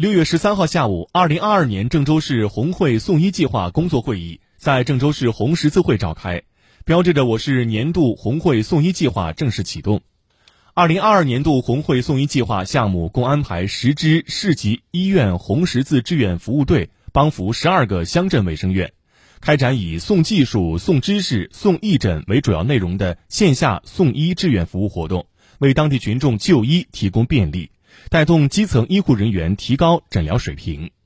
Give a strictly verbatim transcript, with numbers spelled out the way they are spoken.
六月十三号下午，二零二二年郑州市红会送医计划工作会议在郑州市红十字会召开，标志着我市年度红会送医计划正式启动。二零二二年度红会送医计划项目共安排十支市级医院红十字志愿服务队帮扶十二个乡镇卫生院，开展以送技术、送知识、送义诊为主要内容的线下送医志愿服务活动，为当地群众就医提供便利，带动基层医护人员提高诊疗水平。